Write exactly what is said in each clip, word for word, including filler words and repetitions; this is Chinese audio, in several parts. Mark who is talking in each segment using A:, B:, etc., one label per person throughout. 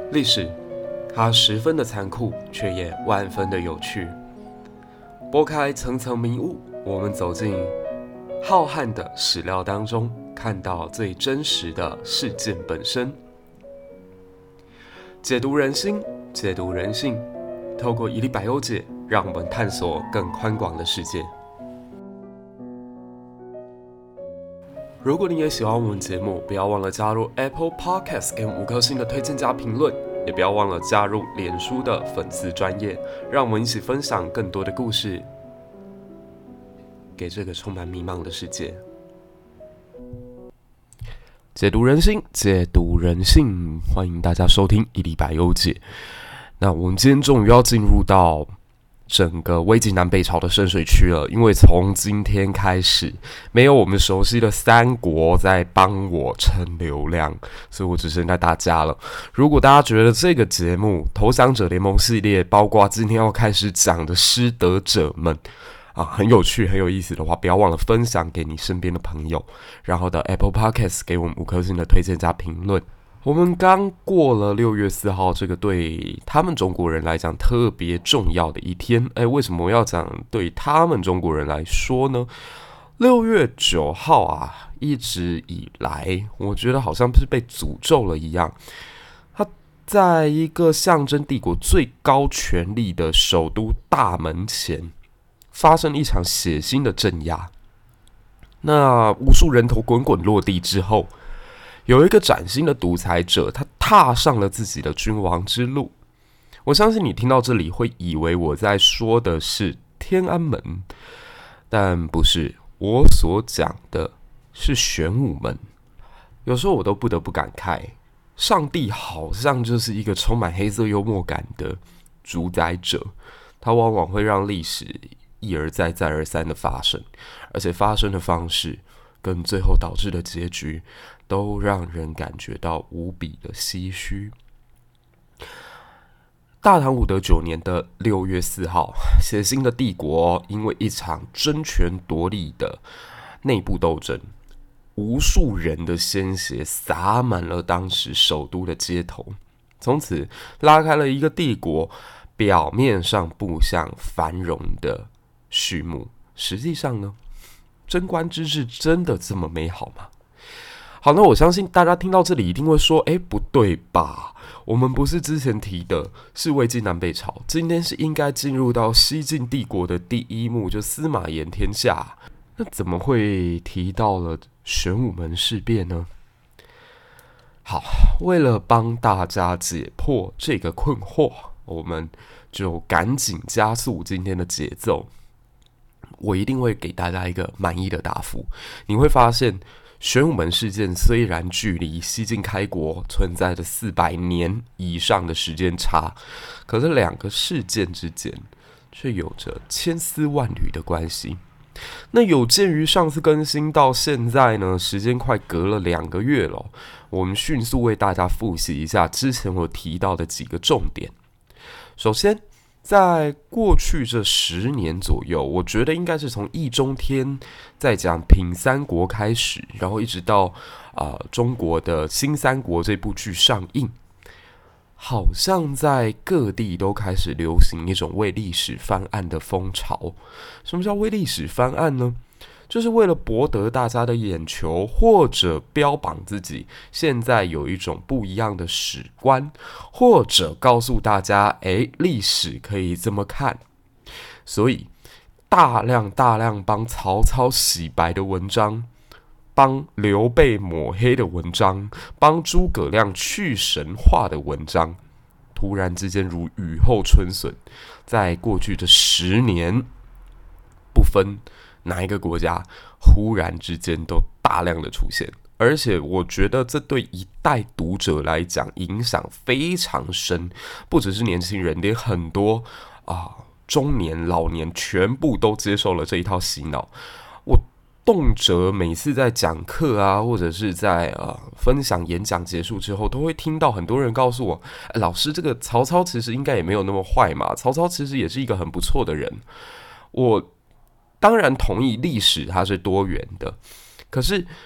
A: 历史，它十分的残酷，却也万分的有趣。拨开层层迷雾，我们走进浩瀚的史料当中，看到最真实的事件本身。解读人心，解读人性，透过一粒百忧解，让我们探索更宽广的世界。如果你也喜欢我们节目，不要忘了加入 Apple Podcast 给我们五颗星的推荐加评论，也不要忘了加入脸书的粉丝专页，让我们一起分享更多的故事，给这个充满迷茫的世界。解读人心，解读人性，欢迎大家收听一粒百忧解。那我们今天终于要进入到整个魏晋南北朝的深水区了，因为从今天开始，没有我们熟悉的三国在帮我撑流量，所以我只剩下大家了。如果大家觉得这个节目《投降者联盟》系列，包括今天要开始讲的失德者们啊，很有趣、很有意思的话，不要忘了分享给你身边的朋友，然后到 Apple Podcast 给我们五颗星的推荐加评论。我们刚过了六月四号这个对他们中国人来讲特别重要的一天。哎，为什么我要讲对他们中国人来说呢？六月九号啊，一直以来我觉得好像是被诅咒了一样。他在一个象征帝国最高权力的首都大门前发生一场血腥的镇压。那无数人头滚滚落地之后，有一个崭新的独裁者，他踏上了自己的君王之路。我相信你听到这里会以为我在说的是天安门，但不是，我所讲的是玄武门。有时候我都不得不感慨，上帝好像就是一个充满黑色幽默感的主宰者，他往往会让历史一而再再而三的发生，而且发生的方式跟最后导致的结局都让人感觉到无比的唏嘘。大唐武德九年的六月四号，血腥的帝国因为一场争权夺利的内部斗争，无数人的鲜血洒满了当时首都的街头，从此拉开了一个帝国表面上步向繁荣的序幕。实际上呢，贞观之治真的这么美好吗？好，那我相信大家听到这里一定会说，哎，不对吧？我们不是之前提的是魏晋南北朝，今天是应该进入到西晋帝国的第一幕，就司马炎天下，那怎么会提到了玄武门事变呢？好，为了帮大家解破这个困惑，我们就赶紧加速今天的节奏。我一定会给大家一个满意的答复。你会发现，玄武门事件虽然距离西晋开国存在着四百年以上的时间差，可是两个事件之间却有着千丝万缕的关系。那有鉴于上次更新到现在呢，时间快隔了两个月了，我们迅速为大家复习一下之前我提到的几个重点。首先，在过去这十年左右，我觉得应该是从易中天在讲品三国开始，然后一直到、呃、中国的新三国这部剧上映，好像在各地都开始流行一种为历史翻案的风潮。什么叫为历史翻案呢？就是为了博得大家的眼球，或者标榜自己现在有一种不一样的史观，或者告诉大家，诶，历史可以这么看。所以大量大量帮曹操洗白的文章，帮刘备抹黑的文章，帮诸葛亮去神话的文章，突然之间如雨后春笋，在过去的十年，不分哪一个国家，忽然之间都大量的出现。而且我觉得这对一代读者来讲影响非常深，不只是年轻人，连很多、啊、中年老年全部都接受了这一套洗脑。我动辄每次在讲课啊，或者是在、呃、分享演讲结束之后，都会听到很多人告诉我，老师，这个曹操其实应该也没有那么坏嘛，曹操其实也是一个很不错的人。我当然同意历史它是多元的，可是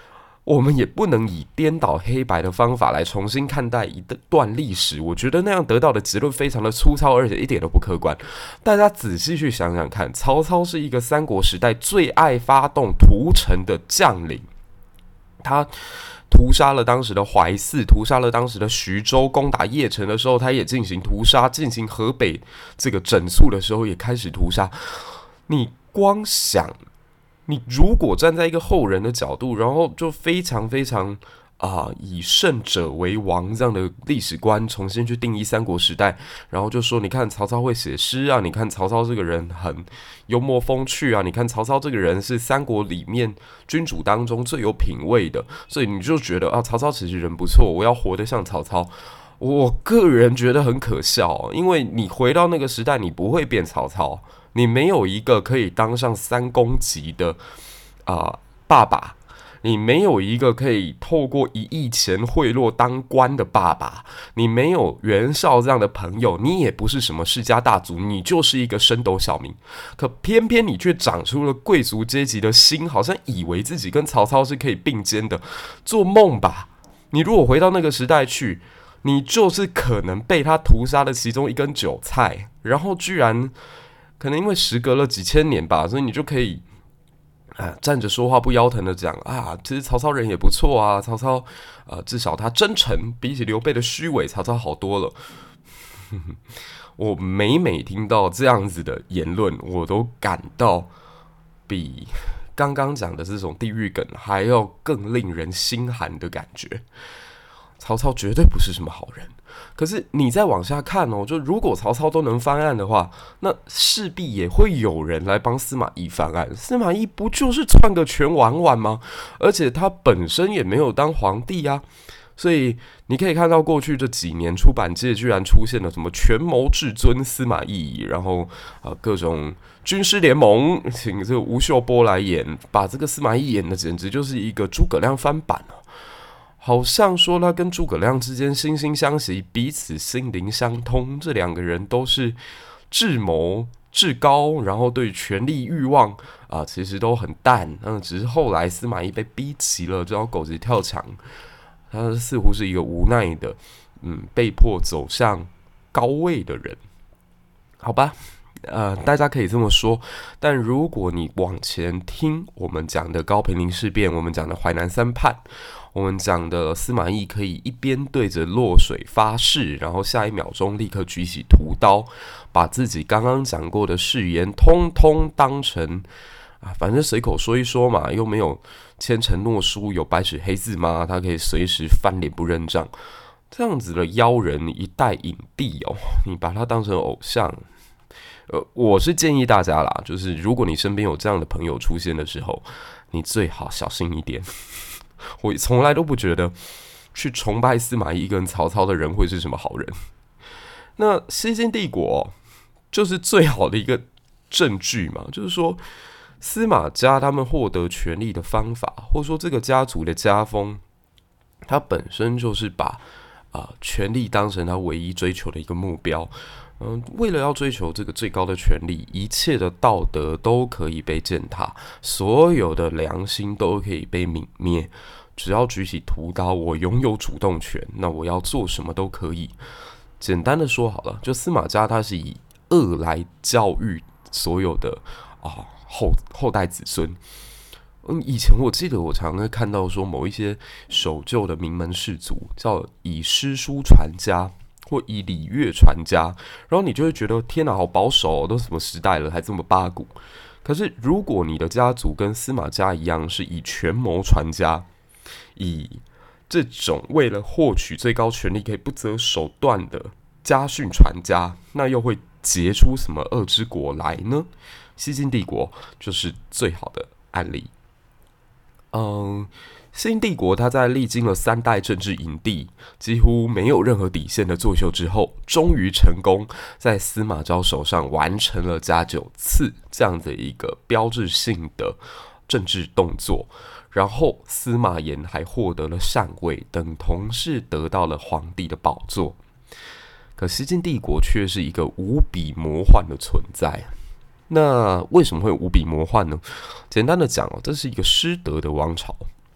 A: 我们也不能以颠倒黑白的方法来重新看待一段历史，我觉得那样得到的结论非常的粗糙，而且一点都不客观。大家仔细去想想看，曹操是一个三国时代最爱发动屠城的将领，他屠杀了当时的淮泗，屠杀了当时的徐州，攻打邺城的时候，他也进行屠杀，进行河北这个整肃的时候也开始屠杀。你光想，你如果站在一个后人的角度，然后就非常非常啊、呃，以胜者为王这样的历史观重新去定义三国时代，然后就说，你看曹操会写诗啊，你看曹操这个人很幽默风趣啊，你看曹操这个人是三国里面君主当中最有品味的，所以你就觉得啊，曹操其实人不错，我要活得像曹操。我个人觉得很可笑，因为你回到那个时代，你不会变曹操。你没有一个可以当上三公级的啊、呃、爸爸，你没有一个可以透过一亿钱贿赂当官的爸爸，你没有袁绍这样的朋友，你也不是什么世家大族，你就是一个升斗小民。可偏偏你却长出了贵族阶级的心，好像以为自己跟曹操是可以并肩的，做梦吧！你如果回到那个时代去，你就是可能被他屠杀的其中一根韭菜，然后居然。可能因为时隔了几千年吧，所以你就可以啊站着说话不腰疼的讲啊，其实曹操人也不错啊，曹操呃至少他真诚，比起刘备的虚伪，曹操好多了。我每每听到这样子的言论，我都感到比刚刚讲的这种地狱梗还要更令人心寒的感觉。曹操绝对不是什么好人。可是你再往下看哦，就如果曹操都能翻案的话，那势必也会有人来帮司马懿翻案。司马懿不就是篡个权玩玩吗？而且他本身也没有当皇帝啊。所以你可以看到过去这几年出版界居然出现了什么权谋至尊司马懿，然后、呃、各种军师联盟，请这个吴秀波来演，把这个司马懿演的简直就是一个诸葛亮翻版哦。好像说他跟诸葛亮之间惺惺相惜，彼此心灵相通，这两个人都是智谋至高，然后对权力欲望啊、呃，其实都很淡。嗯，只是后来司马懿被逼急了，就要狗急跳墙，他似乎是一个无奈的，嗯，被迫走向高位的人。好吧，呃，大家可以这么说，但如果你往前听我们讲的高平陵事变，我们讲的淮南三叛。我们讲的司马懿可以一边对着洛水发誓，然后下一秒钟立刻举起屠刀，把自己刚刚讲过的誓言通通当成啊，反正随口说一说嘛，又没有签承诺书，有白纸黑字吗？他可以随时翻脸不认账。这样子的妖人一代影帝哦，你把他当成偶像，呃，我是建议大家啦，就是如果你身边有这样的朋友出现的时候，你最好小心一点。我从来都不觉得去崇拜司马懿跟曹操的人会是什么好人。那西晋帝国就是最好的一个证据嘛，就是说司马家他们获得权力的方法，或者说这个家族的家风，他本身就是把啊、呃、权力当成他唯一追求的一个目标。嗯，为了要追求这个最高的权利，一切的道德都可以被践踏，所有的良心都可以被泯灭。只要举起屠刀，我拥有主动权，那我要做什么都可以。简单的说好了，就司马家他是以恶来教育所有的啊后后代子孙。嗯，以前我记得我常常会看到说，某一些守旧的名门士族叫以诗书传家。或以礼乐传家，然后你就会觉得天哪，好保守哦，都什么时代了还这么八股。可是如果你的家族跟司马家一样，是以权谋传家，以这种为了获取最高权力可以不择手段的家训传家，那又会结出什么恶之果来呢？西晋帝国就是最好的案例。嗯。新帝国，他在历经了三代政治营地，几乎没有任何底线的作秀之后，终于成功在司马昭手上完成了加九次这样的一个标志性的政治动作。然后司马炎还获得了禅位，等同是得到了皇帝的宝座。可西晋帝国却是一个无比魔幻的存在。那为什么会无比魔幻呢？简单的讲哦，这是一个失德的王朝。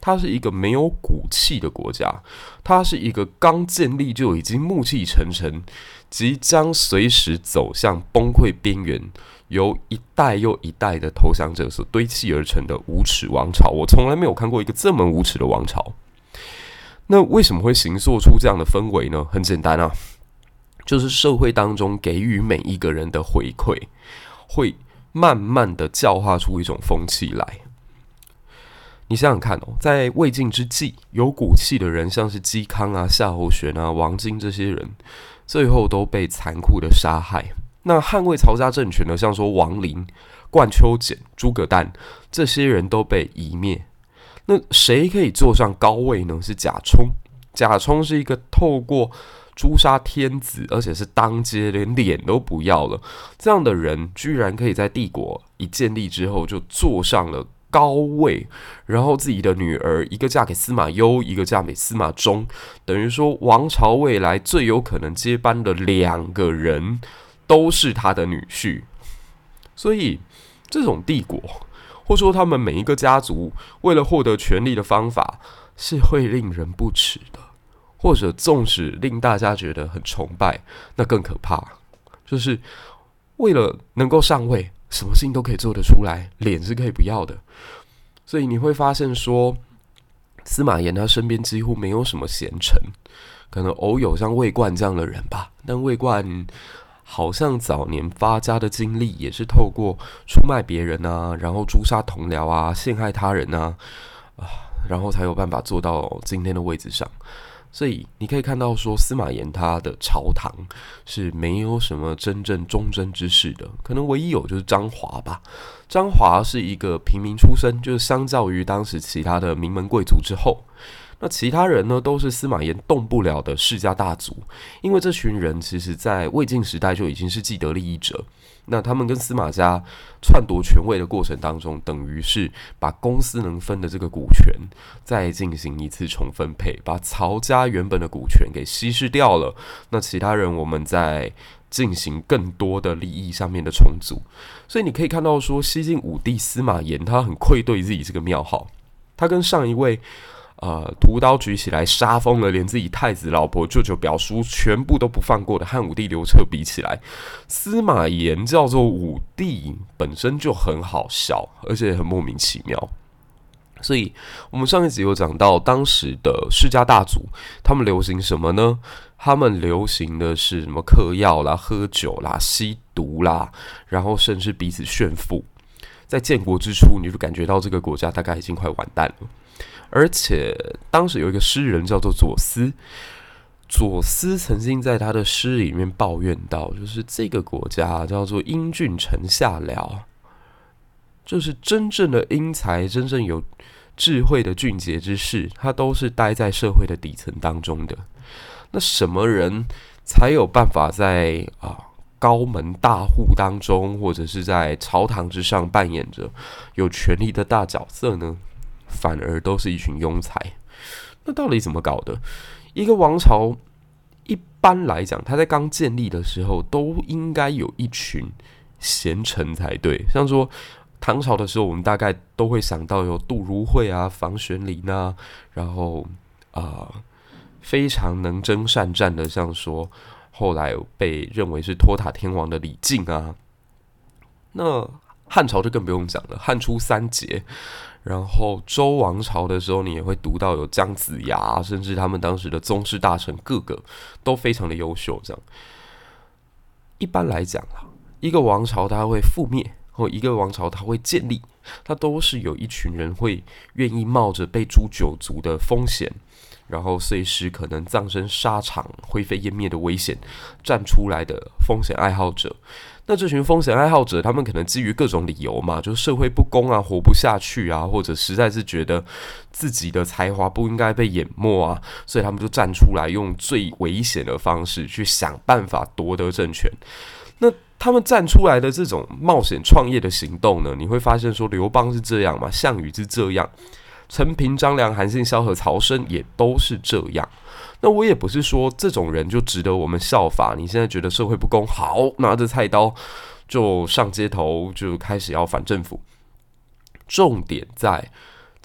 A: 它是一个没有骨气的国家，它是一个刚建立就已经暮气沉沉，即将随时走向崩溃边缘，由一代又一代的投降者所堆砌而成的无耻王朝。我从来没有看过一个这么无耻的王朝。那为什么会形塑出这样的氛围呢？很简单啊，就是社会当中给予每一个人的回馈，会慢慢的教化出一种风气来。你想想看哦，在魏晋之际，有骨气的人，像是嵇康啊、夏侯玄啊、王经这些人，最后都被残酷的杀害。那捍卫曹家政权的，像说王林、冠秋俭、诸葛诞，这些人都被夷灭。那谁可以坐上高位呢？是贾充。贾充是一个透过诛杀天子，而且是当街连脸都不要了，这样的人居然可以在帝国一建立之后就坐上了高位，然后自己的女儿一个嫁给司马攸，一个嫁给司马衷，等于说王朝未来最有可能接班的两个人都是他的女婿。所以这种帝国，或说他们每一个家族为了获得权力的方法，是会令人不齿的，或者纵使令大家觉得很崇拜，那更可怕，就是为了能够上位，什么事情都可以做得出来，脸是可以不要的。所以你会发现说，司马炎他身边几乎没有什么贤臣，可能偶有像魏冠这样的人吧，但魏冠好像早年发家的经历也是透过出卖别人啊，然后诛杀同僚啊，陷害他人啊，啊，然后才有办法做到今天的位置上。所以你可以看到说，司马炎他的朝堂是没有什么真正忠贞之士的，可能唯一有就是张华吧。张华是一个平民出身，就是相较于当时其他的名门贵族之后，那其他人呢，都是司马炎动不了的世家大族，因为这群人其实在魏晋时代就已经是既得利益者。那他们跟司马家篡夺权位的过程当中，等于是把公司能分的这个股权再进行一次重分配，把曹家原本的股权给稀释掉了。那其他人我们再进行更多的利益上面的重组。所以你可以看到说，西晋武帝司马炎他很愧对自己这个庙号，他跟上一位呃，屠刀举起来杀疯了，连自己太子、老婆、舅舅、表叔全部都不放过的汉武帝刘彻比起来，司马炎叫做武帝本身就很好笑，而且很莫名其妙。所以我们上一集有讲到，当时的世家大族他们流行什么呢？他们流行的是什么嗑药啦、喝酒啦、吸毒啦，然后甚至彼此炫富。在建国之初，你就感觉到这个国家大概已经快完蛋了。而且当时有一个诗人叫做左思，左思曾经在他的诗里面抱怨到，就是这个国家叫做英俊臣下僚，就是真正的英才、真正有智慧的俊杰之士，他都是待在社会的底层当中的。那什么人才有办法在啊高门大户当中，或者是在朝堂之上扮演着有权力的大角色呢？反而都是一群庸才。那到底怎么搞的？一个王朝一般来讲，它在刚建立的时候都应该有一群贤臣才对。像说唐朝的时候，我们大概都会想到有杜如晦啊、房玄龄啊，然后啊、呃、非常能征善战的，像说后来被认为是托塔天王的李靖啊。那汉朝就更不用讲了，汉初三杰。然后周王朝的时候，你也会读到有姜子牙，甚至他们当时的宗室大臣个个都非常的优秀。这样，一般来讲啦，一个王朝它会覆灭，或一个王朝它会建立，它都是有一群人会愿意冒着被诛九族的风险，然后随时可能葬身沙场、灰飞烟灭的危险站出来的风险爱好者。那这群风险爱好者，他们可能基于各种理由嘛，就是社会不公啊，活不下去啊，或者实在是觉得自己的才华不应该被淹没啊，所以他们就站出来，用最危险的方式去想办法夺得政权。那他们站出来的这种冒险创业的行动呢，你会发现说，刘邦是这样嘛，项羽是这样，陈平、张良、韩信、萧何、曹参也都是这样。那我也不是说这种人就值得我们效法。你现在觉得社会不公，好，拿着菜刀就上街头，就开始要反政府。重点在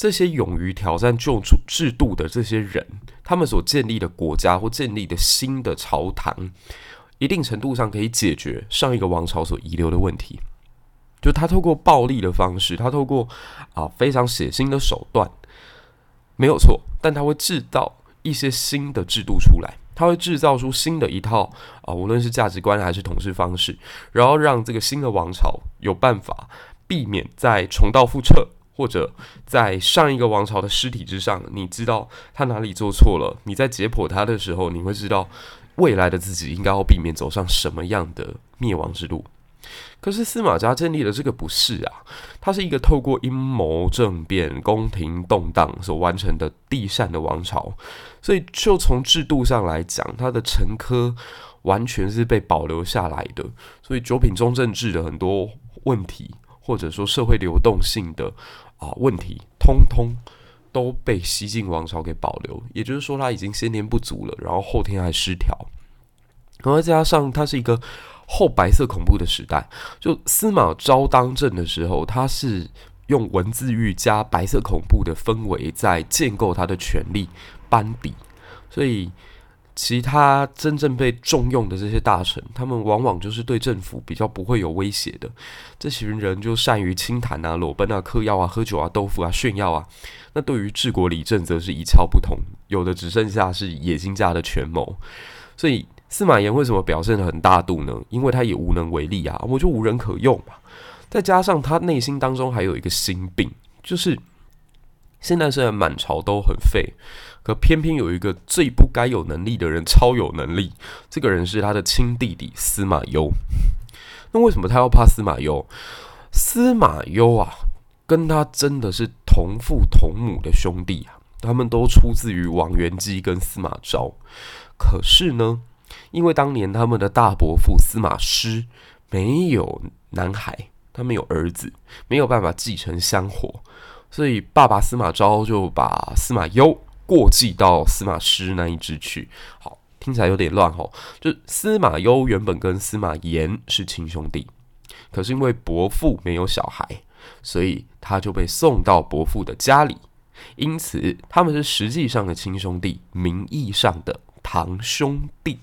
A: 这些勇于挑战旧制度的这些人，他们所建立的国家或建立的新的朝堂，一定程度上可以解决上一个王朝所遗留的问题。就他透过暴力的方式，他透过啊非常血腥的手段，没有错，但他会制造一些新的制度出来，他会制造出新的一套啊，无论是价值观还是统治方式，然后让这个新的王朝有办法避免再重蹈覆辙，或者在上一个王朝的尸体之上，你知道他哪里做错了，你在解剖他的时候，你会知道未来的自己应该要避免走上什么样的灭亡之路。可是司马家建立的这个不是啊，它是一个透过阴谋政变、宫廷动荡所完成的地善的王朝，所以就从制度上来讲，它的陈科完全是被保留下来的。所以九品中正制的很多问题，或者说社会流动性的啊问题，通通都被西晋王朝给保留。也就是说，它已经先天不足了，然后后天还失调，然后再加上它是一个后白色恐怖的时代，就司马昭当政的时候，他是用文字狱加白色恐怖的氛围在建构他的权力班底，所以其他真正被重用的这些大臣，他们往往就是对政府比较不会有威胁的。这群人就善于清谈啊、裸奔啊、嗑药啊、喝酒啊、豆腐啊、炫耀啊。那对于治国理政，则是一窍不通，有的只剩下是野心家的权谋。所以司马炎为什么表现得很大度呢？因为他也无能为力啊，我就无人可用嘛。再加上他内心当中还有一个心病，就是现在虽然满朝都很废，可偏偏有一个最不该有能力的人超有能力，这个人是他的亲弟弟司马攸。那为什么他要怕司马攸？司马攸啊，跟他真的是同父同母的兄弟啊，他们都出自于王元姬跟司马昭。可是呢，因为当年他们的大伯父司马师没有男孩，他没有儿子，没有办法继承香火，所以爸爸司马昭就把司马攸过继到司马师那一支去。好，听起来有点乱吼。就司马攸原本跟司马炎是亲兄弟，可是因为伯父没有小孩，所以他就被送到伯父的家里，因此他们是实际上的亲兄弟，名义上的堂兄弟。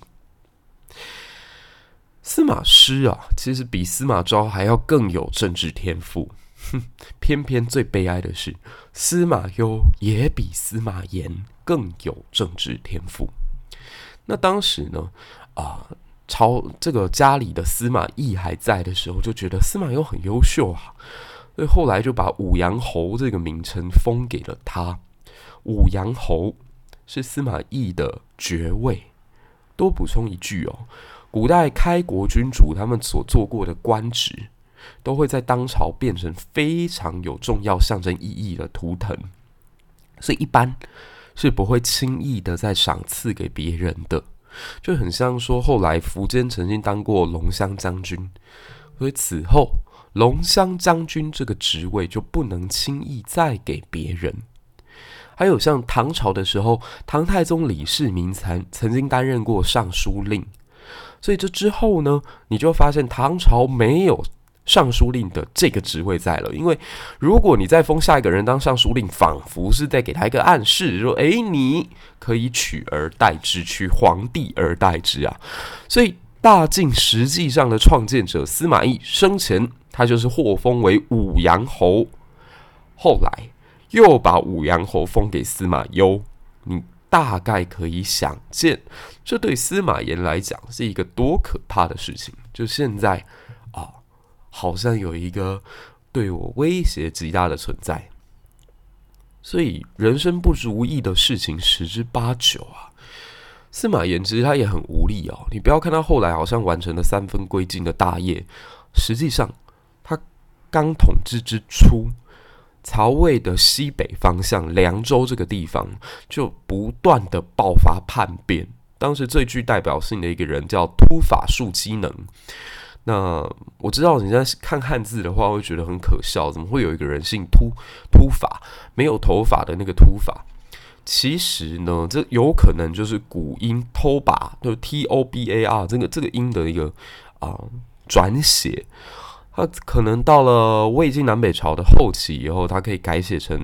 A: 司马师啊，其实比司马昭还要更有政治天赋，哼，偏偏最悲哀的是，司马攸也比司马炎更有政治天赋。那当时呢，啊、呃，朝这个家里的司马懿还在的时候，就觉得司马攸很优秀啊，所以后来就把武阳侯这个名称封给了他。武阳侯是司马懿的爵位。多补充一句哦，古代开国君主他们所做过的官职，都会在当朝变成非常有重要象征意义的图腾，所以一般是不会轻易的再赏赐给别人的，就很像说后来苻坚曾经当过龙骧将军，所以此后龙骧将军这个职位就不能轻易再给别人。还有像唐朝的时候，唐太宗李世民曾曾经担任过尚书令，所以这之后呢，你就发现唐朝没有尚书令的这个职位在了，因为如果你再封下一个人当尚书令，仿佛是在给他一个暗示，说诶你可以取而代之，取皇帝而代之啊。所以大晋实际上的创建者司马懿生前他就是获封为武阳侯，后来又把武阳侯封给司马攸，你大概可以想见，这对司马炎来讲是一个多可怕的事情。就现在啊，好像有一个对我威胁极大的存在，所以人生不如意的事情十之八九啊。司马炎其实他也很无力哦，你不要看他后来好像完成了三分归晋的大业，实际上他刚统治之初，曹魏的西北方向凉州这个地方就不断的爆发叛变，当时最具代表性的一个人叫突法术机能。那我知道你在看汉字的话会觉得很可笑，怎么会有一个人姓突？突法没有头发的那个突法，其实呢，这有可能就是古音偷把，就是 T O B A R 这个这个音的一个啊转写。它可能到了魏晋南北朝的后期以后，它可以改写成突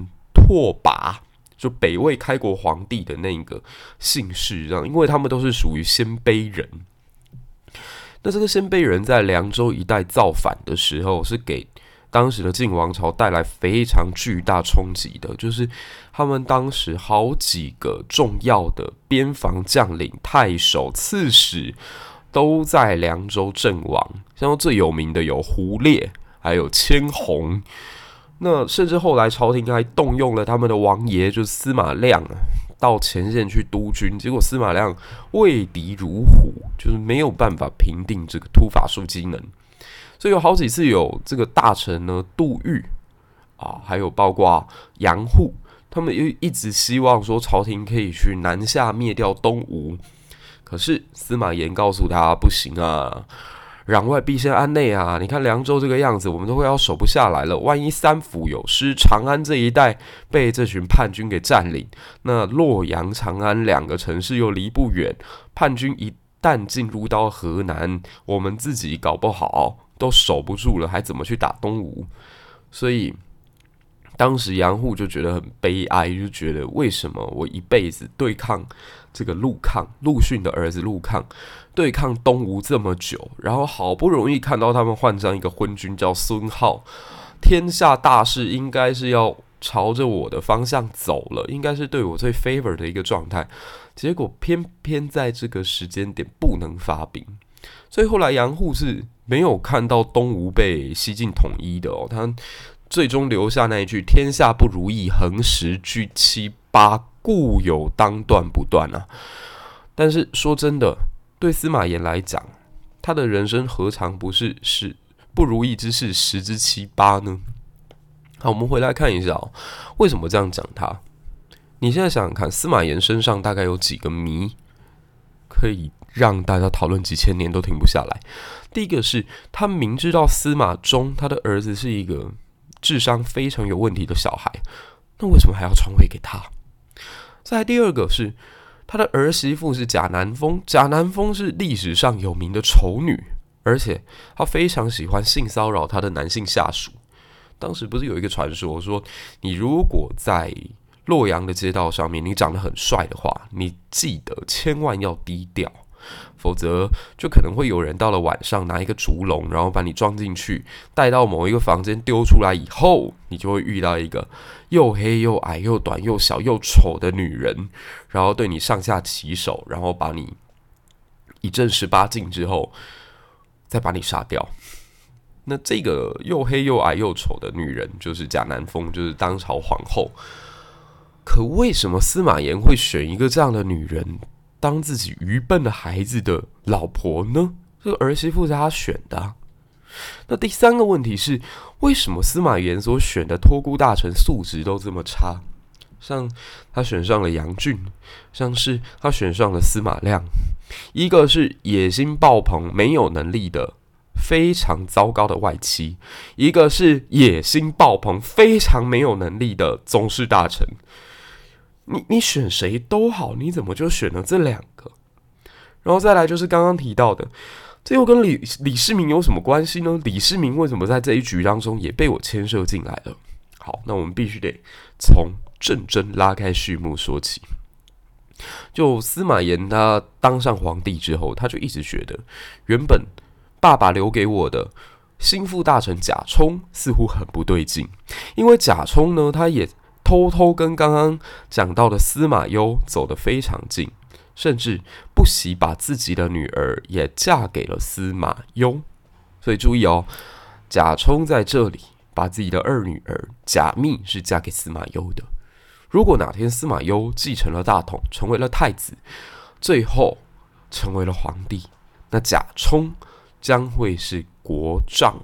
A: 拓跋，就北魏开国皇帝的那个姓氏，这样，因为他们都是属于鲜卑人。那这个鲜卑人在凉州一带造反的时候，是给当时的晋王朝带来非常巨大冲击的，就是他们当时好几个重要的边防将领、太守、刺史都在凉州阵亡，像最有名的有胡烈，还有千红。那甚至后来朝廷还动用了他们的王爷，就是司马亮到前线去督军，结果司马亮畏敌如虎，就是没有办法平定这个突法术机能，所以有好几次有这个大臣呢，杜预啊，还有包括杨户，他们一直希望说朝廷可以去南下灭掉东吴，可是司马炎告诉他不行啊。攘外必先安内啊！你看凉州这个样子，我们都快要守不下来了。万一三府有失，长安这一带被这群叛军给占领，那洛阳、长安两个城市又离不远，叛军一旦进入到河南，我们自己搞不好都守不住了，还怎么去打东吴？所以当时杨户就觉得很悲哀，就觉得为什么我一辈子对抗这个陆抗，陆逊的儿子陆抗，对抗东吴这么久，然后好不容易看到他们换上一个昏君叫孙皓，天下大势应该是要朝着我的方向走了，应该是对我最 favor 的一个状态，结果偏偏在这个时间点不能发兵，所以后来杨户是没有看到东吴被西晋统一的哦，他最终留下那一句“天下不如意，横十居七八，故有当断不断”啊。但是说真的，对司马炎来讲，他的人生何尝不是是不如意之事十之七八呢？好，我们回来看一下哦，为什么这样讲他？你现在想想看，司马炎身上大概有几个谜，可以让大家讨论几千年都停不下来。第一个是他明知道司马衷他的儿子是一个智商非常有问题的小孩，那为什么还要传位给他？再来第二个是他的儿媳妇是贾南风，贾南风是历史上有名的丑女，而且她非常喜欢性骚扰她的男性下属。当时不是有一个传说说，你如果在洛阳的街道上面你长得很帅的话，你记得千万要低调，否则就可能会有人到了晚上拿一个竹笼，然后把你装进去，带到某一个房间丢出来以后，你就会遇到一个又黑又矮又短又小又丑的女人，然后对你上下其手，然后把你一阵十八禁之后再把你杀掉。那这个又黑又矮又丑的女人就是贾南风，就是当朝皇后。可为什么司马炎会选一个这样的女人当自己愚笨的孩子的老婆呢？这个儿媳妇是他选的啊。那第三个问题是，为什么司马炎所选的托孤大臣素质都这么差？像他选上了杨俊，像是他选上了司马亮，一个是野心爆棚、没有能力的非常糟糕的外戚，一个是野心爆棚、非常没有能力的宗室大臣。你你选谁都好，你怎么就选了这两个？然后再来就是刚刚提到的，这又跟李李世民有什么关系呢？李世民为什么在这一局当中也被我牵涉进来了？好，那我们必须得从正真拉开序幕说起。就司马炎他当上皇帝之后，他就一直觉得，原本爸爸留给我的心腹大臣贾充似乎很不对劲，因为贾充呢，他也偷偷跟刚刚讲到的司马攸走得非常近，甚至不惜把自己的女儿也嫁给了司马攸。所以注意哦，贾充在这里把自己的二女儿贾密是嫁给司马攸的。如果哪天司马攸继承了大统，成为了太子，最后成为了皇帝，那贾充将会是国丈。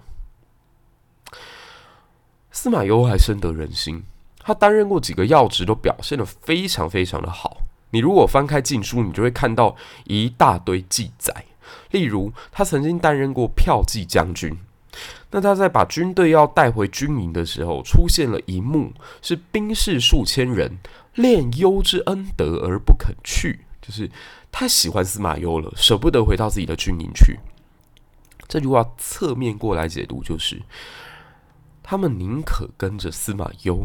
A: 司马攸还深得人心，他担任过几个要职，都表现得非常非常的好。你如果翻开禁书，你就会看到一大堆记载。例如，他曾经担任过骠骑将军。那他在把军队要带回军营的时候，出现了一幕，是兵士数千人，恋攸之恩德而不肯去，就是太喜欢司马攸了，舍不得回到自己的军营去。这句话侧面过来解读，就是他们宁可跟着司马攸，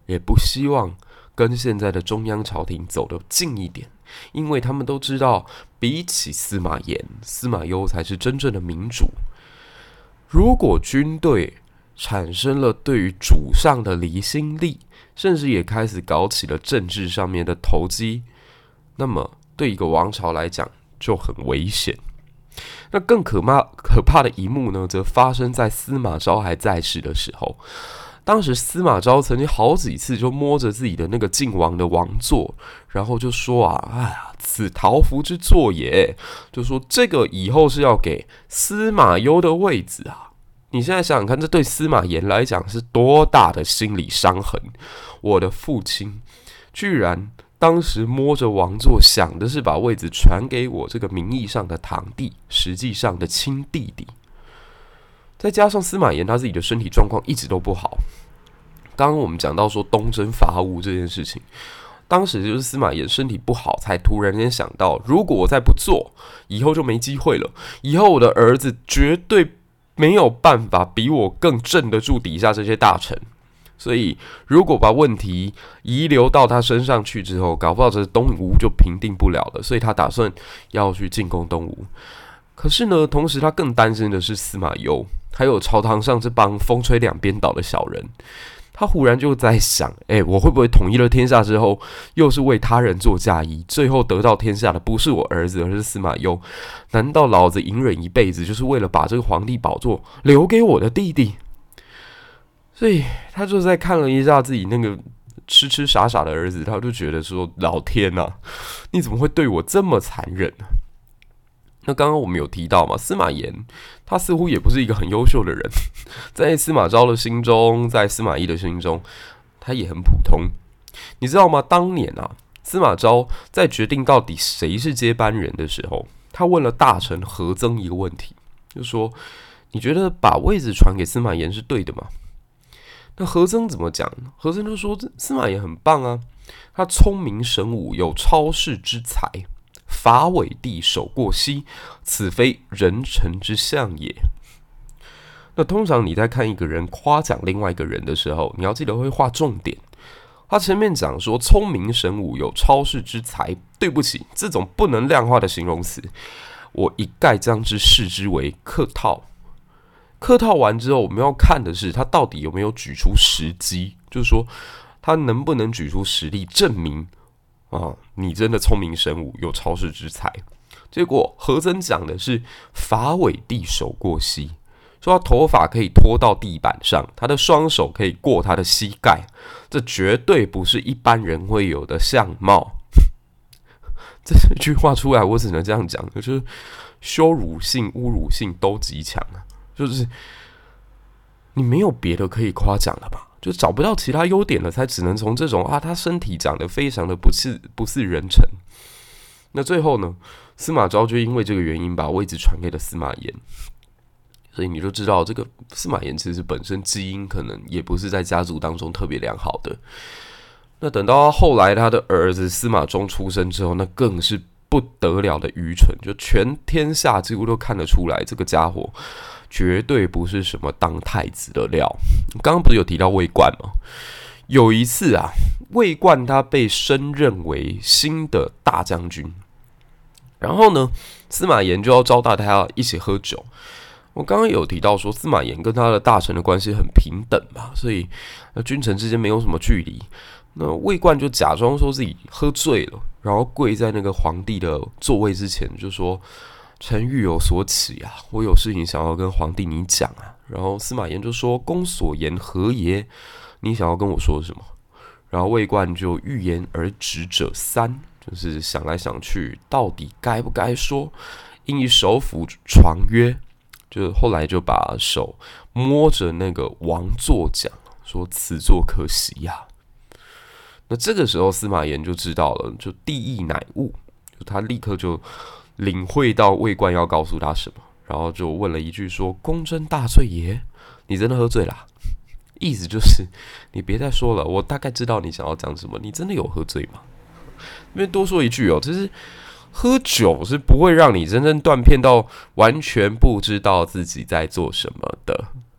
A: 也不希望跟现在的中央朝廷走得近一点，因为他们都知道，比起司马炎，司马攸才是真正的明主。如果军队产生了对于主上的离心力，甚至也开始搞起了政治上面的投机，那么对一个王朝来讲就很危险。那更可怕可怕的一幕呢，则发生在司马昭还在世的时候。当时司马昭曾经好几次就摸着自己的那个晋王的王座，然后就说啊，哎呀，此桃符之座也，就说这个以后是要给司马攸的位子啊。你现在想想看，这对司马炎来讲是多大的心理伤痕？我的父亲居然当时摸着王座，想的是把位子传给我这个名义上的堂弟，实际上的亲弟弟。再加上司马炎他自己的身体状况一直都不好。刚刚我们讲到说东征伐吴这件事情，当时就是司马炎身体不好，才突然间想到，如果我再不做，以后就没机会了。以后我的儿子绝对没有办法比我更镇得住底下这些大臣。所以，如果把问题遗留到他身上去之后，搞不好这东吴就平定不了了。所以他打算要去进攻东吴。可是呢，同时他更担心的是司马攸，还有朝堂上这帮风吹两边倒的小人。他忽然就在想，哎，我会不会统一了天下之后，又是为他人做嫁衣，最后得到天下的不是我儿子，而是司马攸？难道老子隐忍一辈子，就是为了把这个皇帝宝座留给我的弟弟？所以他就在看了一下自己那个痴痴傻傻的儿子，他就觉得说：老天啊，你怎么会对我这么残忍呢？那刚刚我们有提到嘛，司马炎他似乎也不是一个很优秀的人，在司马昭的心中，在司马懿的心中，他也很普通。你知道吗？当年啊，司马昭在决定到底谁是接班人的时候，他问了大臣何曾一个问题，就说：你觉得把位子传给司马炎是对的吗？那何曾怎么讲？何曾就说：司马炎很棒啊，他聪明神武，有超世之才。法尾地守过膝，此非人臣之相也。那通常你在看一个人夸奖另外一个人的时候，你要记得会画重点。他前面讲说聪明神武，有超世之才，对不起，这种不能量化的形容词，我一概将之视之为客套。客套完之后，我们要看的是他到底有没有举出时机，就是说他能不能举出实力证明啊，你真的聪明神武，有超世之才。结果何曾讲的是法尾地守过膝，说他头发可以拖到地板上，他的双手可以过他的膝盖，这绝对不是一般人会有的相貌。这句话出来，我只能这样讲，就是羞辱性、侮辱性都极强，就是你没有别的可以夸奖了吧？就找不到其他优点了，才只能从这种啊，他身体长得非常的不似不似人臣。那最后呢，司马昭就因为这个原因把位置传给了司马炎，所以你就知道这个司马炎其实本身基因可能也不是在家族当中特别良好的。那等到后来他的儿子司马衷出生之后，那更是不得了的愚蠢，就全天下几乎都看得出来，这个家伙绝对不是什么当太子的料。刚刚不是有提到魏冠吗？有一次啊，魏冠他被升任为新的大将军，然后呢，司马炎就要招待他一起喝酒。我刚刚有提到说，司马炎跟他的大臣的关系很平等嘛，所以君臣之间没有什么距离。那魏冠就假装说自己喝醉了，然后跪在那个皇帝的座位之前，就说：“臣欲有所启啊，我有事情想要跟皇帝你讲啊。”然后司马炎就说：“公所言何耶？你想要跟我说什么？”然后魏冠就欲言而止者三，就是想来想去，到底该不该说？因以手抚床曰，就后来就把手摸着那个王座讲，说：“此座可惜呀。”那这个时候司马炎就知道了，就帝意乃悟，就他立刻就领会到魏冠要告诉他什么，然后就问了一句说：“公真大醉耶？你真的喝醉啦？”意思就是你别再说了，我大概知道你想要讲什么，你真的有喝醉吗？因为多说一句哦，其实喝酒是不会让你真正断片到完全不知道自己在做什么的。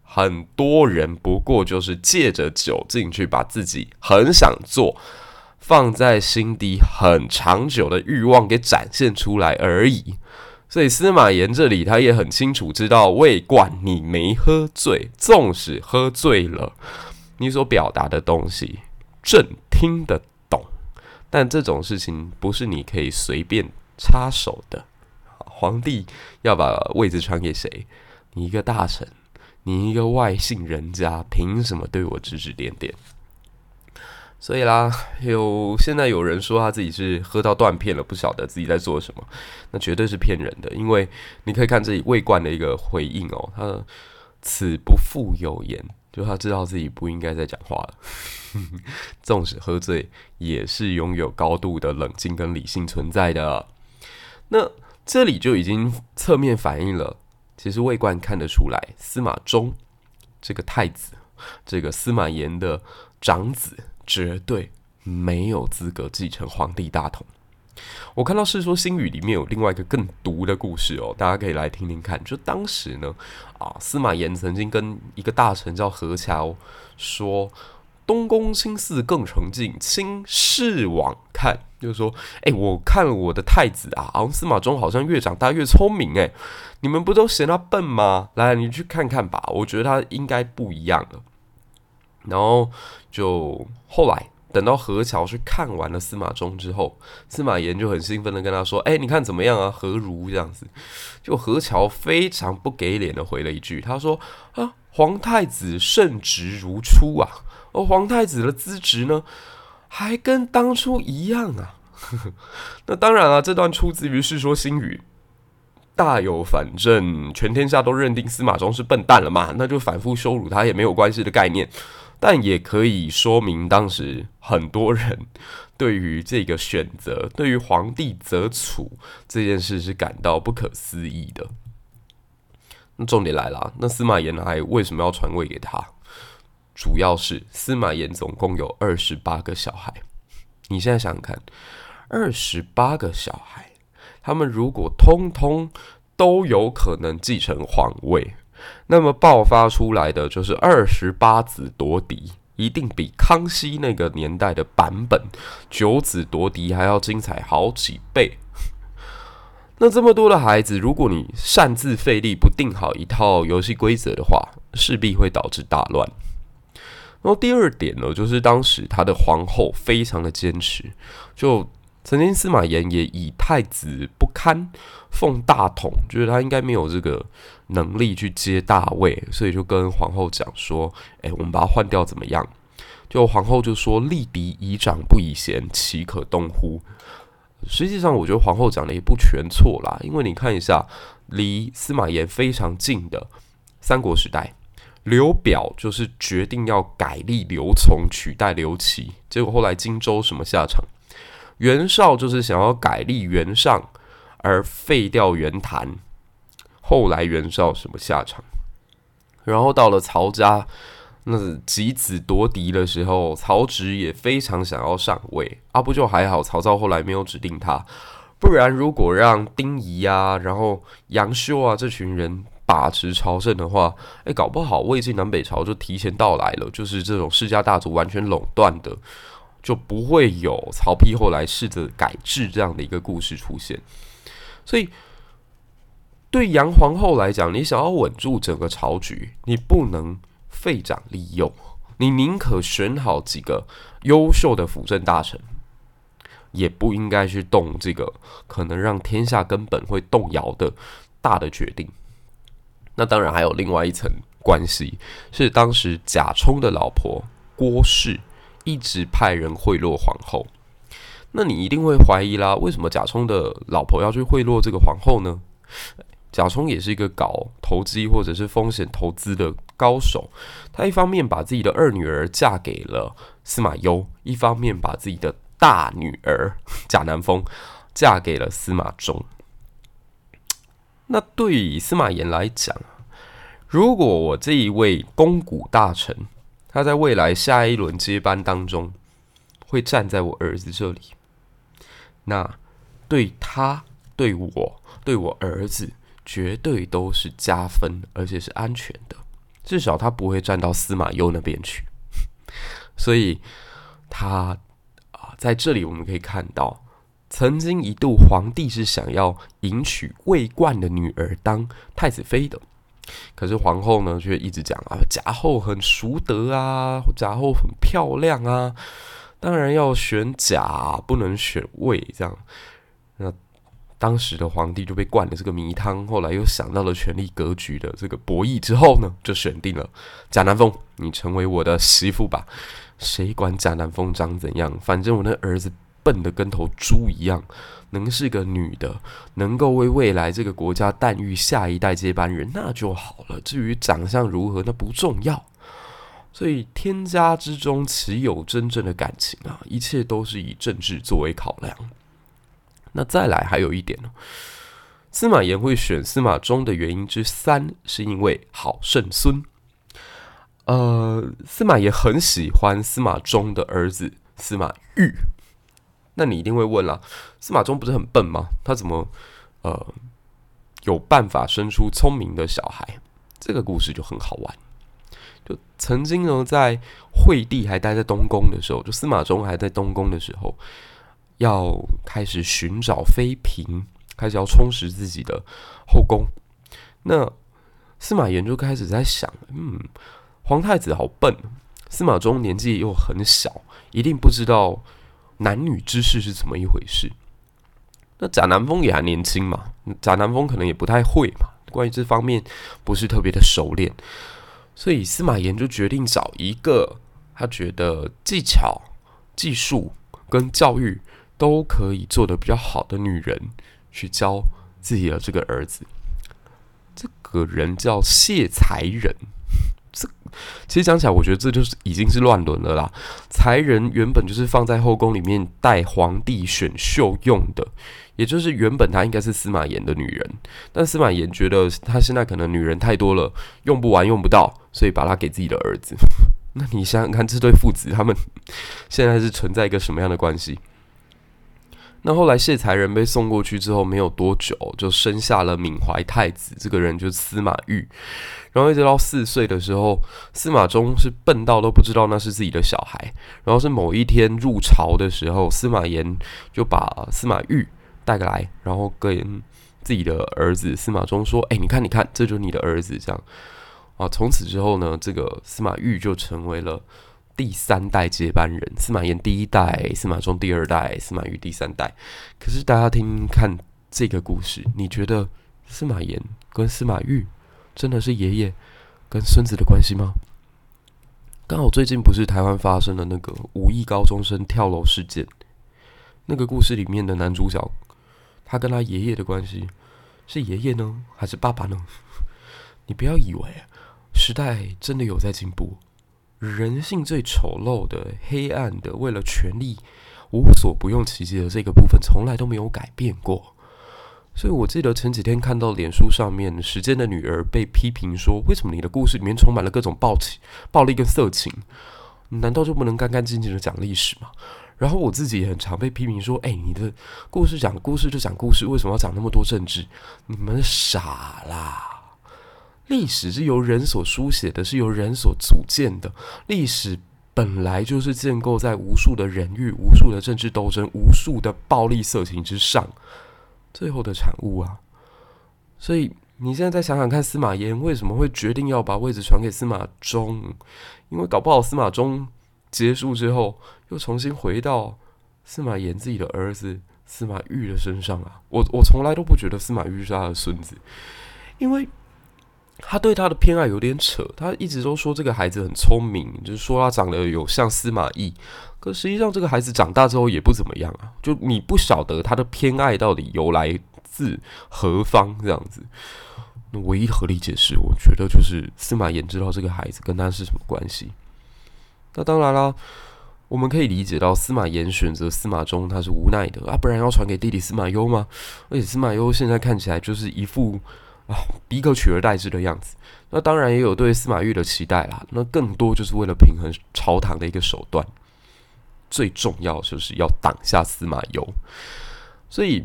A: 很多人不过就是借着酒进去，把自己很想做、放在心底很长久的欲望给展现出来而已。所以司马炎这里他也很清楚知道，魏冠你没喝醉，纵使喝醉了，你所表达的东西朕听得懂，但这种事情不是你可以随便插手的。皇帝要把位子传给谁？你一个大臣，你一个外姓人家，凭什么对我指指点点？所以啦，有现在有人说他自己是喝到断片了，不晓得自己在做什么，那绝对是骗人的。因为你可以看这里魏冠的一个回应哦，他的此不复有言，就他知道自己不应该再讲话了。纵使喝醉，也是拥有高度的冷静跟理性存在的。那这里就已经侧面反映了，其实魏冠看得出来，司马衷这个太子，这个司马炎的长子，绝对没有资格继承皇帝大统。我看到《世说新语》里面有另外一个更毒的故事哦，大家可以来听听看。就当时呢，啊，司马炎曾经跟一个大臣叫何乔说：“东宫卿似更成敬，卿视往看。”就是说，哎、欸，我看了我的太子啊，好像司马衷好像越长大越聪明，哎，你们不都嫌他笨吗？来，你去看看吧，我觉得他应该不一样了。然后就后来等到何乔去看完了司马衷之后，司马炎就很兴奋的跟他说：“哎、欸，你看怎么样啊？何如？”这样子，就何乔非常不给脸的回了一句，他说：“啊，皇太子圣职如初啊，而皇太子的资质呢，还跟当初一样啊。”那当然了，这段出自于《世说新语》。大有反正全天下都认定司马衷是笨蛋了嘛，那就反复羞辱他也没有关系的概念，但也可以说明当时很多人对于这个选择，对于皇帝择楚这件事是感到不可思议的。那重点来了，那司马炎还为什么要传位给他？主要是司马炎总共有二十八个小孩，你现在想想看，二十八个小孩。他们如果通通都有可能继承皇位，那么爆发出来的就是二十八子夺嫡，一定比康熙那个年代的版本九子夺嫡还要精彩好几倍。那这么多的孩子，如果你擅自费力不定好一套游戏规则的话，势必会导致大乱。然后第二点呢，就是当时他的皇后非常的坚持，就曾经司马炎也以太子不堪奉大统，觉得他应该没有这个能力去接大位，所以就跟皇后讲说：“哎，我们把他换掉怎么样？”就皇后就说：“立嫡以长不以贤，岂可动乎？”实际上，我觉得皇后讲的也不全错啦，因为你看一下，离司马炎非常近的三国时代，刘表就是决定要改立刘琮取代刘琦，结果后来荆州什么下场？袁绍就是想要改立袁尚，而废掉袁谭。后来袁绍什么下场？然后到了曹家，那几子夺嫡的时候，曹植也非常想要上位，啊，不就还好，曹操后来没有指定他。不然如果让丁仪啊，然后杨修啊这群人把持朝政的话，哎，搞不好魏晋南北朝就提前到来了，就是这种世家大族完全垄断的。就不会有曹丕后来试着改制这样的一个故事出现。所以对杨皇后来讲，你想要稳住整个朝局，你不能废长立幼，你宁可选好几个优秀的辅政大臣，也不应该去动这个可能让天下根本会动摇的大的决定。那当然还有另外一层关系，是当时贾充的老婆郭氏一直派人贿赂皇后。那你一定会怀疑啦，为什么贾充的老婆要去贿赂这个皇后呢？贾充也是一个搞投机或者是风险投资的高手，他一方面把自己的二女儿嫁给了司马攸，一方面把自己的大女儿贾南风嫁给了司马衷。那对于司马炎来讲，如果我这一位肱骨大臣，他在未来下一轮接班当中会站在我儿子这里，那对他、对我、对我儿子绝对都是加分，而且是安全的。 至少他不会站到司马攸那边去。所以他啊，在这里我们可以看到，曾经一度皇帝是想要迎娶魏冠的女儿当太子妃的，可是皇后呢却一直讲啊，贾后很淑德啊，贾后很漂亮啊，当然要选贾，不能选魏，这样。那当时的皇帝就被灌了这个迷汤，后来又想到了权力格局的这个博弈之后呢，就选定了贾南风，你成为我的媳妇吧。谁管贾南风长怎样，反正我那儿子笨得跟头猪一样，能是个女的，能够为未来这个国家诞育下一代接班人，那就好了。至于长相如何，那不重要。所以天家之中岂有真正的感情啊？一切都是以政治作为考量。那再来还有一点呢，司马炎会选司马衷的原因之三，是因为好胜孙。呃，司马炎很喜欢司马衷的儿子司马懿。那你一定会问啦，司马衷不是很笨吗？他怎么呃有办法生出聪明的小孩？这个故事就很好玩。就曾经呢，在惠帝还待在东宫的时候，就司马衷还在东宫的时候，要开始寻找妃嫔，开始要充实自己的后宫。那司马炎就开始在想，嗯，皇太子好笨，司马衷年纪又很小，一定不知道男女之事是怎么一回事。那贾南风也还年轻嘛，贾南风可能也不太会嘛，关于这方面不是特别的熟练，所以司马炎就决定找一个他觉得技巧、技术跟教育都可以做得比较好的女人去教自己的这个儿子。这个人叫谢才人。这其实讲起来，我觉得这就是已经是乱伦了啦。才人原本就是放在后宫里面带皇帝选秀用的，也就是原本她应该是司马炎的女人，但司马炎觉得他现在可能女人太多了，用不完用不到，所以把她给自己的儿子。那你想想看，这对父子他们现在是存在一个什么样的关系？那后来谢才人被送过去之后，没有多久就生下了闵怀太子，这个人就是司马懿。然后一直到四岁的时候，司马衷是笨到都不知道那是自己的小孩。然后是某一天入朝的时候，司马炎就把司马懿带过来，然后跟自己的儿子司马衷说：“哎、欸，你看，你看，这就是你的儿子。”这样啊，从此之后呢，这个司马懿就成为了第三代接班人，司马炎第一代，司马衷第二代，司马懿第三代。可是大家听听看这个故事，你觉得司马炎跟司马懿真的是爷爷跟孙子的关系吗？刚好最近不是台湾发生了那个五亿高中生跳楼事件，那个故事里面的男主角，他跟他爷爷的关系是爷爷呢，还是爸爸呢？你不要以为时代真的有在进步，人性最丑陋的、黑暗的，为了权力无所不用其极的这个部分，从来都没有改变过。所以我记得前几天看到脸书上面时间的女儿被批评说，为什么你的故事里面充满了各种暴情、暴力跟色情？难道就不能干干净净的讲历史吗？然后我自己也很常被批评说，哎、欸，你的故事讲故事就讲故事，为什么要讲那么多政治？你们傻啦！历史是由人所书写的，是由人所组建的。历史本来就是建构在无数的人欲、无数的政治斗争、无数的暴力色情之上，最后的产物啊。所以你现在再想想看，司马炎为什么会决定要把位置传给司马衷？因为搞不好司马衷结束之后，又重新回到司马炎自己的儿子司马懿的身上啊。我我从来都不觉得司马懿是他的孙子，因为他对他的偏爱有点扯。他一直都说这个孩子很聪明，就是说他长得有像司马懿，可实际上这个孩子长大之后也不怎么样啊。就你不晓得他的偏爱到底由来自何方这样子。那唯一合理解释，我觉得就是司马炎知道这个孩子跟他是什么关系。那当然啦，我们可以理解到司马炎选择司马衷，他是无奈的啊，不然要传给弟弟司马攸吗？而且司马攸现在看起来就是一副啊，逼可取而代之的样子。那当然也有对司马懿的期待啦，那更多就是为了平衡朝堂的一个手段，最重要就是要挡下司马攸。所以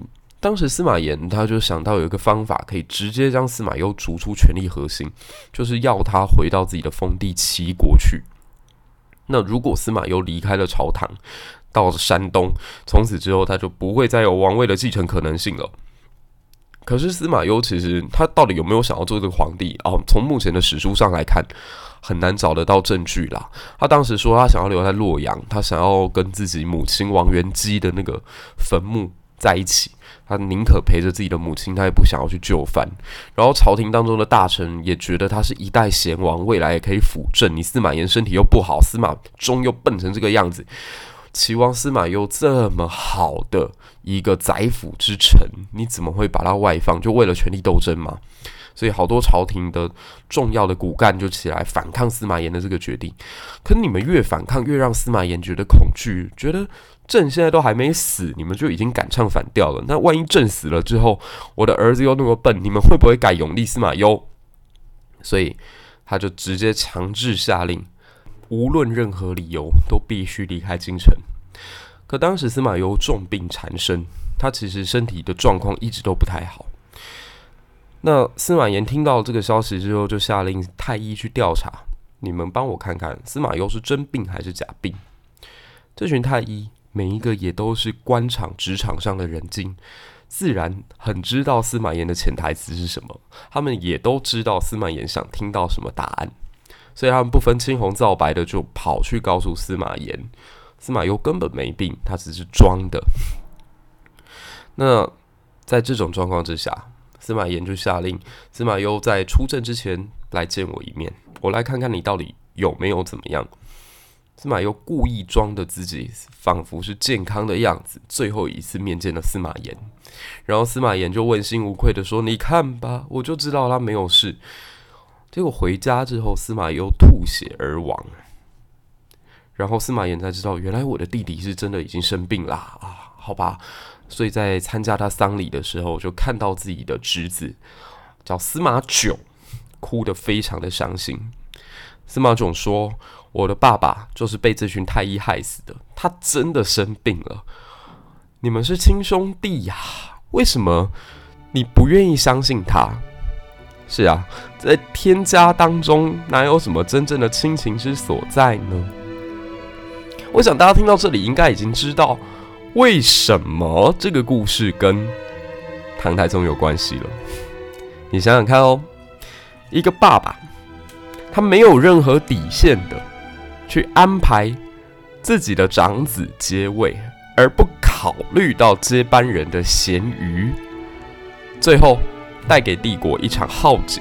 A: 当时司马炎他就想到有一个方法可以直接将司马攸逐出权力核心，就是要他回到自己的封地齐国去。那如果司马攸离开了朝堂，到了山东，从此之后他就不会再有王位的继承可能性了。可是司马攸其实他到底有没有想要做这个皇帝哦？从目前的史书上来看，很难找得到证据啦。他当时说他想要留在洛阳，他想要跟自己母亲王元姬的那个坟墓在一起，他宁可陪着自己的母亲，他也不想要去就范。然后朝廷当中的大臣也觉得他是一代贤王，未来也可以辅政。你司马炎身体又不好，司马衷又笨成这个样子，期望司马攸这么好的一个宰辅之臣，你怎么会把他外放？就为了权力斗争吗？所以好多朝廷的重要的骨干就起来反抗司马炎的这个决定。可你们越反抗，越让司马炎觉得恐惧，觉得朕现在都还没死，你们就已经敢唱反调了。那万一朕死了之后，我的儿子又那么笨，你们会不会改拥立司马攸？所以他就直接强制下令，无论任何理由都必须离开京城。可当时司马攸重病缠身，他其实身体的状况一直都不太好。那司马炎听到这个消息之后，就下令太医去调查，你们帮我看看司马攸是真病还是假病。这群太医每一个也都是官场职场上的人精，自然很知道司马炎的潜台词是什么，他们也都知道司马炎想听到什么答案，所以他们不分青红皂白的就跑去告诉司马炎，司马攸根本没病，他只是装的。那在这种状况之下，司马炎就下令司马攸在出阵之前来见我一面，我来看看你到底有没有怎么样。司马攸故意装的自己仿佛是健康的样子，最后一次面见了司马炎。然后司马炎就问心无愧的说，你看吧，我就知道他没有事。结果回家之后，司马攸吐血而亡。然后司马炎才知道，原来我的弟弟是真的已经生病啦啊，好吧。所以在参加他丧礼的时候，就看到自己的侄子叫司马囧，哭得非常的伤心。司马囧说，我的爸爸就是被这群太医害死的，他真的生病了。你们是亲兄弟呀、啊，为什么你不愿意相信他？是啊，在天家当中，哪有什么真正的亲情之所在呢？我想大家听到这里，应该已经知道为什么这个故事跟唐太宗有关系了。你想想看哦，一个爸爸，他没有任何底线的去安排自己的长子接位，而不考虑到接班人的咸鱼，最后带给帝国一场浩劫。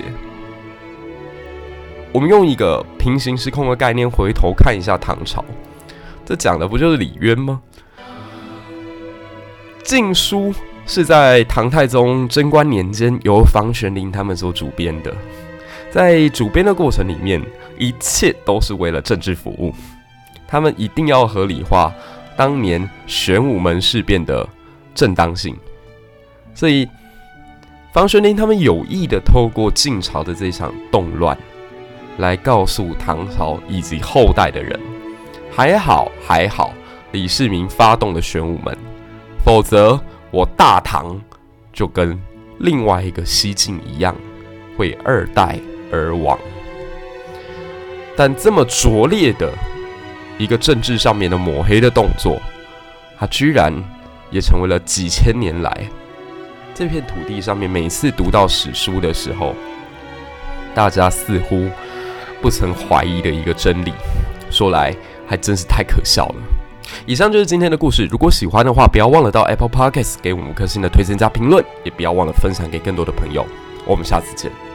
A: 我们用一个平行时空的概念回头看一下唐朝，这讲的不就是李渊吗？晋书是在唐太宗贞观年间由房玄龄他们所主编的，在主编的过程里面，一切都是为了政治服务，他们一定要合理化当年玄武门事变的正当性，所以房玄龄他们有意的透过晋朝的这场动乱，来告诉唐朝以及后代的人，还好还好，李世民发动了玄武门，否则我大唐就跟另外一个西晋一样，会二代而亡。但这么拙劣的一个政治上面的抹黑的动作，它居然也成为了几千年来这片土地上面每次读到史书的时候，大家似乎不曾怀疑的一个真理。说来还真是太可笑了。以上就是今天的故事，如果喜欢的话，不要忘了到 Apple Podcast 给我们五颗星的推荐加评论，也不要忘了分享给更多的朋友。我们下次见。